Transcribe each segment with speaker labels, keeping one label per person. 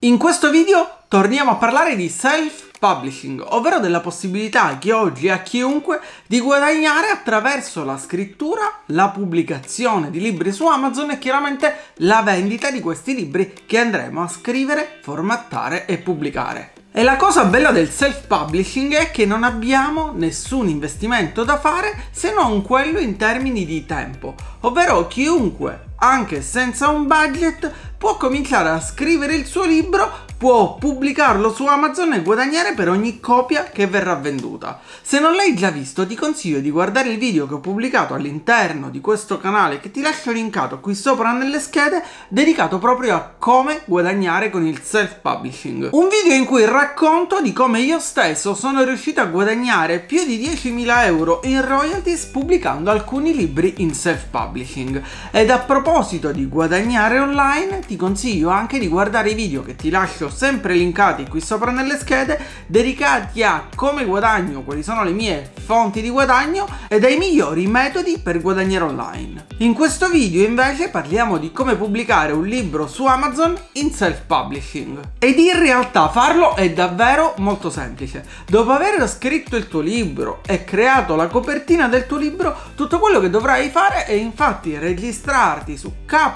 Speaker 1: In questo video torniamo a parlare di self-publishing, ovvero della possibilità che oggi ha chiunque di guadagnare attraverso la scrittura, la pubblicazione di libri su Amazon e chiaramente la vendita di questi libri che andremo a scrivere, formattare e pubblicare. E la cosa bella del self-publishing è che non abbiamo nessun investimento da fare se non quello in termini di tempo, ovvero chiunque, anche senza un budget, può cominciare a scrivere il suo libro, può pubblicarlo su Amazon e guadagnare per ogni copia che verrà venduta. Se non l'hai già visto, ti consiglio di guardare il video che ho pubblicato all'interno di questo canale, che ti lascio linkato qui sopra nelle schede, dedicato proprio a come guadagnare con il self-publishing. Un video in cui racconto di come io stesso sono riuscito a guadagnare più di 10.000 euro in royalties pubblicando alcuni libri in self-publishing. Ed a proposito di guadagnare online, ti consiglio anche di guardare i video che ti lascio sempre linkati qui sopra nelle schede, dedicati a come guadagno, quali sono le mie fonti di guadagno ed ai migliori metodi per guadagnare online. In questo video invece parliamo di come pubblicare un libro su Amazon in self-publishing. Ed in realtà farlo è davvero molto semplice. Dopo aver scritto il tuo libro e creato la copertina del tuo libro, tutto quello che dovrai fare è infatti registrarti su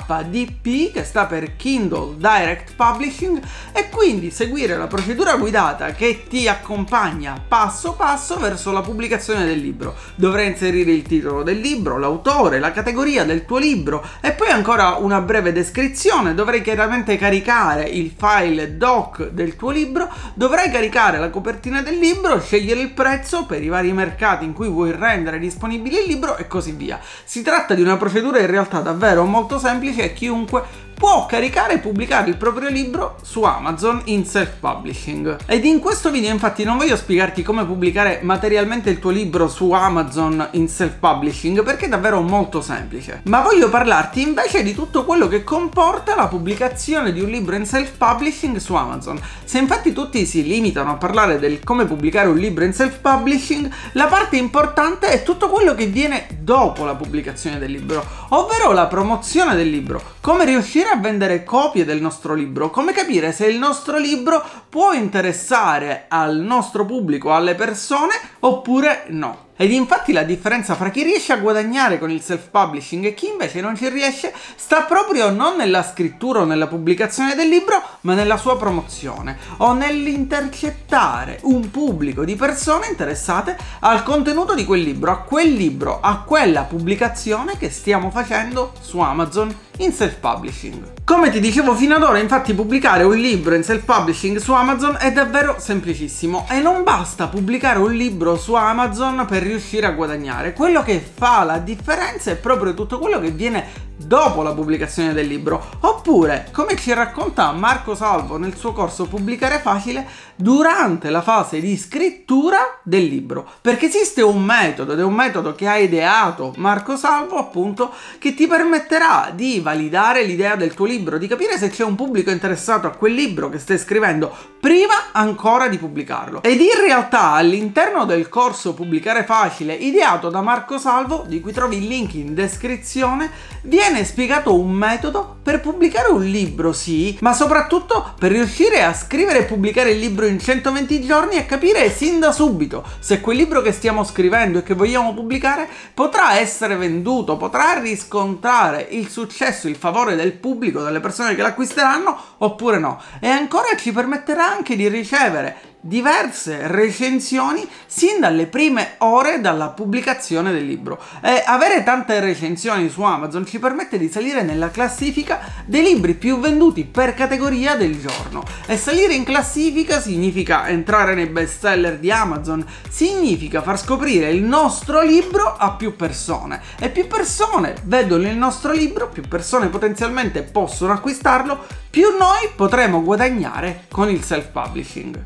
Speaker 1: KDP, che sta per Kindle Direct Publishing, e quindi seguire la procedura guidata che ti accompagna passo passo verso la pubblicazione del libro. Dovrai inserire il titolo del libro, l'autore, la categoria del tuo libro e poi ancora una breve descrizione. Dovrai chiaramente caricare il file doc del tuo libro, dovrai caricare la copertina del libro, scegliere il prezzo per i vari mercati in cui vuoi rendere disponibile il libro e così via. Si tratta di una procedura in realtà davvero molto semplice e chiunque può caricare e pubblicare il proprio libro su Amazon in self-publishing. Ed in questo video infatti non voglio spiegarti come pubblicare materialmente il tuo libro su Amazon in self-publishing, perché è davvero molto semplice, ma voglio parlarti invece di tutto quello che comporta la pubblicazione di un libro in self-publishing su Amazon. Se infatti tutti si limitano a parlare del come pubblicare un libro in self-publishing, la parte importante è tutto quello che viene dopo la pubblicazione del libro, ovvero la promozione del libro, come riuscire a vendere copie del nostro libro, come capire se il nostro libro può interessare al nostro pubblico, alle persone, oppure no. Ed infatti la differenza fra chi riesce a guadagnare con il self-publishing e chi invece non ci riesce sta proprio non nella scrittura o nella pubblicazione del libro, ma nella sua promozione o nell'intercettare un pubblico di persone interessate al contenuto di quel libro, a quella pubblicazione che stiamo facendo su Amazon in self-publishing. Come ti dicevo fino ad ora, infatti, pubblicare un libro in self-publishing su Amazon è davvero semplicissimo e non basta pubblicare un libro su Amazon per riuscire a guadagnare. Quello che fa la differenza è proprio tutto quello che viene dopo la pubblicazione del libro, oppure, come ci racconta Marco Salvo nel suo corso Pubblicare Facile, durante la fase di scrittura del libro, perché esiste un metodo, ed è un metodo che ha ideato Marco Salvo, appunto, che ti permetterà di validare l'idea del tuo libro, di capire se c'è un pubblico interessato a quel libro che stai scrivendo prima ancora di pubblicarlo. Ed in realtà all'interno del corso Pubblicare Facile, ideato da Marco Salvo, di cui trovi il link in descrizione, viene spiegato un metodo per pubblicare un libro, sì, ma soprattutto per riuscire a scrivere e pubblicare il libro in 120 giorni e capire sin da subito se quel libro che stiamo scrivendo e che vogliamo pubblicare potrà essere venduto, potrà riscontrare il successo, il favore del pubblico, delle persone che l'acquisteranno, oppure no. E ancora ci permetterà anche di ricevere diverse recensioni sin dalle prime ore dalla pubblicazione del libro. E avere tante recensioni su Amazon ci permette di salire nella classifica dei libri più venduti per categoria del giorno, e salire in classifica significa entrare nei best seller di Amazon, significa far scoprire il nostro libro a più persone, e più persone vedono il nostro libro, più persone potenzialmente possono acquistarlo, più noi potremo guadagnare con il self-publishing. Io stesso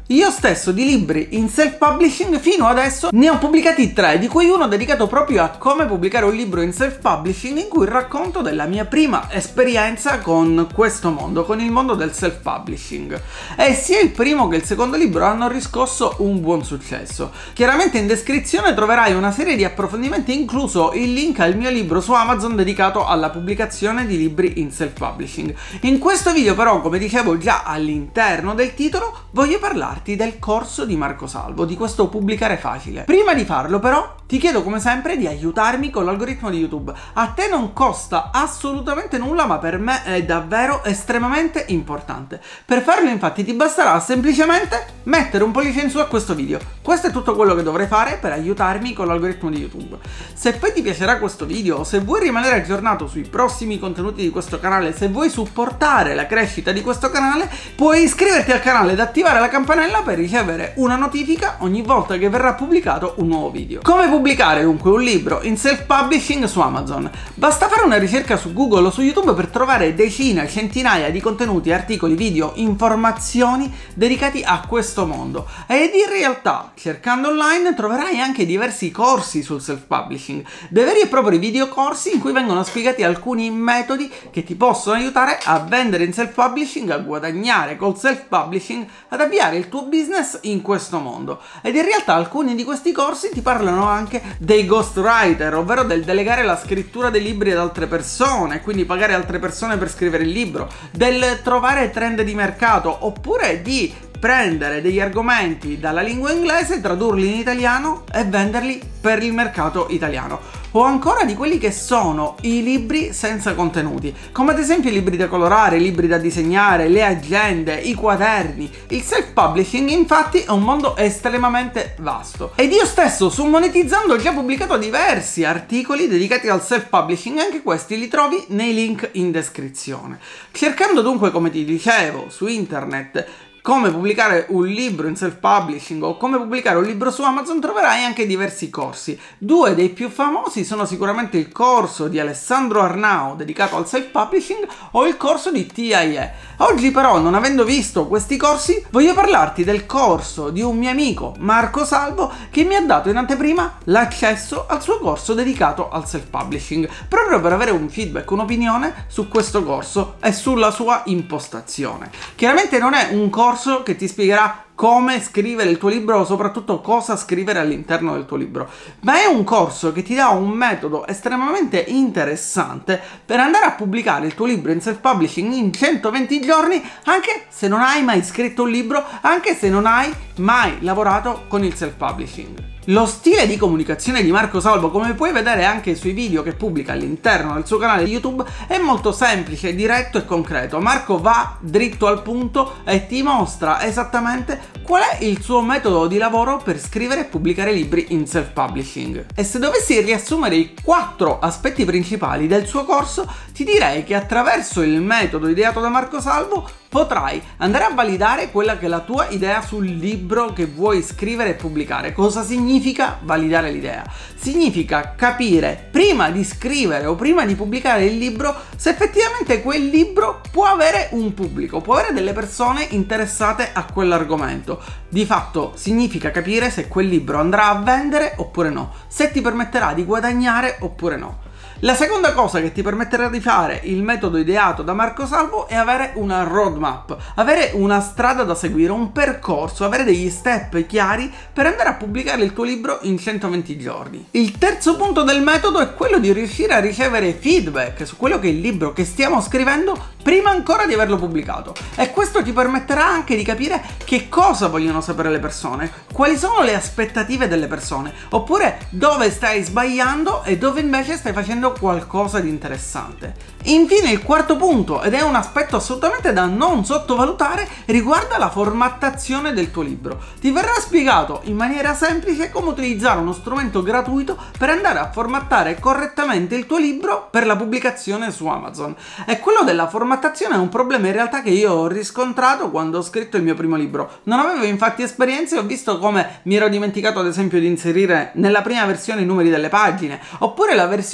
Speaker 1: stesso di libri in self-publishing fino adesso ne ho pubblicati 3, di cui uno dedicato proprio a come pubblicare un libro in self-publishing, in cui racconto della mia prima esperienza con questo mondo, con il mondo del self-publishing. E sia il primo che il secondo libro hanno riscosso un buon successo. Chiaramente in descrizione troverai una serie di approfondimenti, incluso il link al mio libro su Amazon dedicato alla pubblicazione di libri in self-publishing. In questo video però, come dicevo già all'interno del titolo, voglio parlarti del corso di Marco Salvo, di questo pubblicare facile. Prima di farlo però ti chiedo come sempre di aiutarmi con l'algoritmo di YouTube. A te non costa assolutamente nulla, ma per me è davvero estremamente importante. Per farlo infatti ti basterà semplicemente mettere un pollice in su a questo video. Questo è tutto quello che dovrai fare per aiutarmi con l'algoritmo di YouTube. Se poi ti piacerà questo video, o se vuoi rimanere aggiornato sui prossimi contenuti di questo canale, se vuoi supportare la crescita di questo canale, puoi iscriverti al canale ed attivare la campanella per ricevere una notifica ogni volta che verrà pubblicato un nuovo video. Come pubblicare dunque un libro in self-publishing su Amazon? Basta fare una ricerca su Google o su YouTube per trovare decine, centinaia di contenuti, articoli, video, informazioni dedicati a questo mondo. Ed in realtà, cercando online, troverai anche diversi corsi sul self-publishing, dei veri e propri videocorsi in cui vengono spiegati alcuni metodi che ti possono aiutare a vendere in self-publishing, a guadagnare col self-publishing, ad avviare il tuo business in questo mondo. Ed in realtà alcuni di questi corsi ti parlano anche dei ghostwriter, ovvero del delegare la scrittura dei libri ad altre persone, quindi pagare altre persone per scrivere il libro, del trovare trend di mercato, oppure di prendere degli argomenti dalla lingua inglese, tradurli in italiano e venderli per il mercato italiano. O ancora di quelli che sono i libri senza contenuti, come ad esempio i libri da colorare, i libri da disegnare, le agende, i quaderni. Il self-publishing infatti è un mondo estremamente vasto ed io stesso su Monetizzando ho già pubblicato diversi articoli dedicati al self-publishing, anche questi li trovi nei link in descrizione. Cercando dunque, come ti dicevo, su internet come pubblicare un libro in self-publishing o come pubblicare un libro su Amazon, troverai anche diversi corsi. Due dei più famosi sono sicuramente il corso di Alessandro Arnao dedicato al self-publishing o il corso di TIE. Oggi però, non avendo visto questi corsi, voglio parlarti del corso di un mio amico, Marco Salvo, che mi ha dato in anteprima l'accesso al suo corso dedicato al self-publishing, proprio per avere un feedback, un'opinione su questo corso e sulla sua impostazione. Chiaramente non è un corso che ti spiegherà come scrivere il tuo libro o soprattutto cosa scrivere all'interno del tuo libro, ma è un corso che ti dà un metodo estremamente interessante per andare a pubblicare il tuo libro in self-publishing in 120 giorni, anche se non hai mai scritto un libro, anche se non hai mai lavorato con il self-publishing. Lo stile di comunicazione di Marco Salvo, come puoi vedere anche sui video che pubblica all'interno del suo canale YouTube, è molto semplice, diretto e concreto. Marco va dritto al punto e ti mostra esattamente qual è il suo metodo di lavoro per scrivere e pubblicare libri in self-publishing. E se dovessi riassumere i 4 aspetti principali del suo corso, ti direi che attraverso il metodo ideato da Marco Salvo potrai andare a validare quella che è la tua idea sul libro che vuoi scrivere e pubblicare. Cosa significa validare l'idea? Significa capire prima di scrivere o prima di pubblicare il libro se effettivamente quel libro può avere un pubblico, può avere delle persone interessate a quell'argomento. Di fatto significa capire se quel libro andrà a vendere oppure no, se ti permetterà di guadagnare oppure no. La seconda cosa che ti permetterà di fare il metodo ideato da Marco Salvo è avere una roadmap, avere una strada da seguire, un percorso, avere degli step chiari per andare a pubblicare il tuo libro in 120 giorni. Il terzo punto del metodo è quello di riuscire a ricevere feedback su quello che è il libro che stiamo scrivendo prima ancora di averlo pubblicato, e questo ti permetterà anche di capire che cosa vogliono sapere le persone, quali sono le aspettative delle persone, oppure dove stai sbagliando e dove invece stai facendo qualcosa di interessante. Infine il quarto punto, ed è un aspetto assolutamente da non sottovalutare, riguarda la formattazione del tuo libro. Ti verrà spiegato in maniera semplice come utilizzare uno strumento gratuito per andare a formattare correttamente il tuo libro per la pubblicazione su Amazon. E quello della formattazione è un problema in realtà che io ho riscontrato quando ho scritto il mio primo libro. Non avevo infatti esperienze e ho visto come mi ero dimenticato ad esempio di inserire nella prima versione i numeri delle pagine, oppure la versione cartacea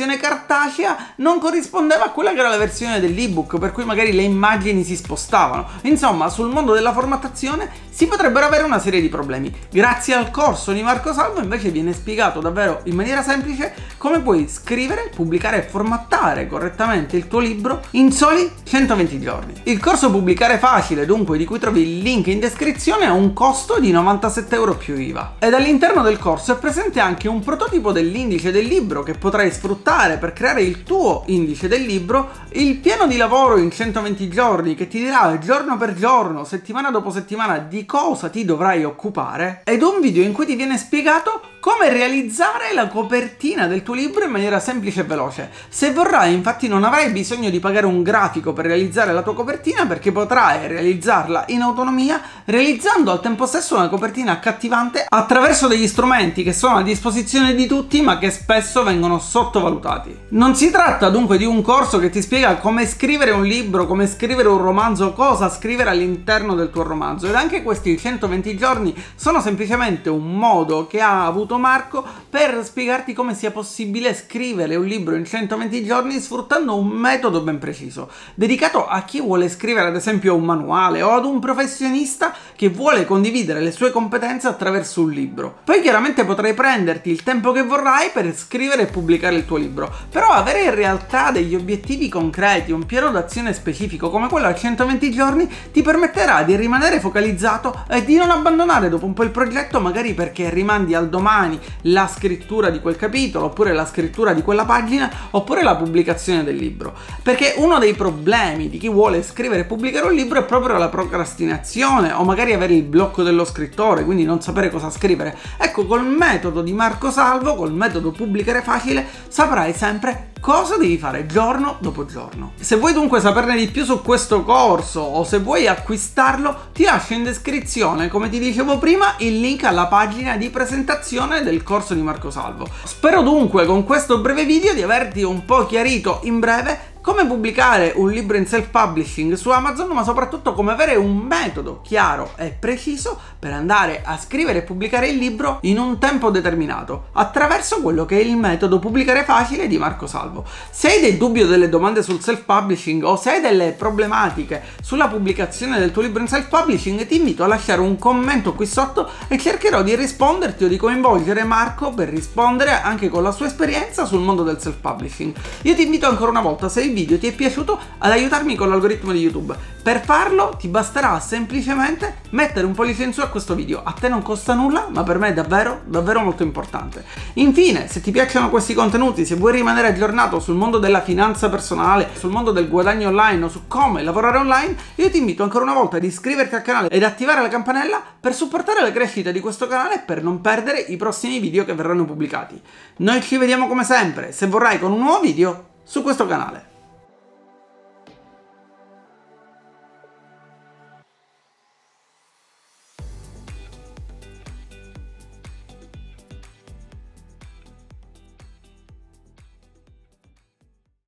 Speaker 1: cartacea non corrispondeva a quella che era la versione dell'ebook, per cui magari le immagini si spostavano. Insomma, sul mondo della formattazione si potrebbero avere una serie di problemi. Grazie al corso di Marco Salvo invece viene spiegato davvero in maniera semplice come puoi scrivere, pubblicare e formattare correttamente il tuo libro in soli 120 giorni. Il corso Pubblicare Facile, dunque, di cui trovi il link in descrizione, ha un costo di 97 euro più IVA. Ed all'interno del corso è presente anche un prototipo dell'indice del libro che potrai sfruttare per creare il tuo indice del libro, il piano di lavoro in 120 giorni che ti dirà giorno per giorno, settimana dopo settimana di cosa ti dovrai occupare, ed un video in cui ti viene spiegato come realizzare la copertina del tuo libro in maniera semplice e veloce. Se vorrai, infatti, non avrai bisogno di pagare un grafico per realizzare la tua copertina, perché potrai realizzarla in autonomia, realizzando al tempo stesso una copertina accattivante attraverso degli strumenti che sono a disposizione di tutti ma che spesso vengono sottovalutati. Non si tratta dunque di un corso che ti spiega come scrivere un libro, come scrivere un romanzo, cosa scrivere all'interno del tuo romanzo, ed anche questi 120 giorni sono semplicemente un modo che ha avuto Marco per spiegarti come sia possibile scrivere un libro in 120 giorni sfruttando un metodo ben preciso, dedicato a chi vuole scrivere ad esempio un manuale o ad un professionista che vuole condividere le sue competenze attraverso un libro. Poi chiaramente potrai prenderti il tempo che vorrai per scrivere e pubblicare il tuo libro, però avere in realtà degli obiettivi concreti, un piano d'azione specifico come quello a 120 giorni ti permetterà di rimanere focalizzato e di non abbandonare dopo un po' il progetto, magari perché rimandi al domani la scrittura di quel capitolo, oppure la scrittura di quella pagina, oppure la pubblicazione del libro. Perché uno dei problemi di chi vuole scrivere e pubblicare un libro è proprio la procrastinazione, o magari avere il blocco dello scrittore, quindi non sapere cosa scrivere. Ecco, col metodo di Marco Salvo, col metodo Pubblicare Facile, saprai sempre cosa devi fare giorno dopo giorno. Se vuoi dunque saperne di più su questo corso, o se vuoi acquistarlo, ti lascio in descrizione, come ti dicevo prima, il link alla pagina di presentazione del corso di Marco Salvo. Spero dunque con questo breve video di averti un po' chiarito in breve come pubblicare un libro in self-publishing su Amazon, ma soprattutto come avere un metodo chiaro e preciso per andare a scrivere e pubblicare il libro in un tempo determinato, attraverso quello che è il metodo Pubblicare Facile di Marco Salvo. Se hai dei dubbi o delle domande sul self-publishing, o se hai delle problematiche sulla pubblicazione del tuo libro in self-publishing, ti invito a lasciare un commento qui sotto e cercherò di risponderti o di coinvolgere Marco per rispondere anche con la sua esperienza sul mondo del self-publishing. Io ti invito ancora una volta, se il video ti è piaciuto, ad aiutarmi con l'algoritmo di YouTube. Per farlo ti basterà semplicemente mettere un pollice in su a questo video. A te non costa nulla, ma per me è davvero molto importante. Infine, se ti piacciono questi contenuti, se vuoi rimanere aggiornato sul mondo della finanza personale, sul mondo del guadagno online o su come lavorare online, io ti invito ancora una volta ad iscriverti al canale ed attivare la campanella per supportare la crescita di questo canale e per non perdere i prossimi video che verranno pubblicati. Noi ci vediamo come sempre, se vorrai, con un nuovo video su questo canale.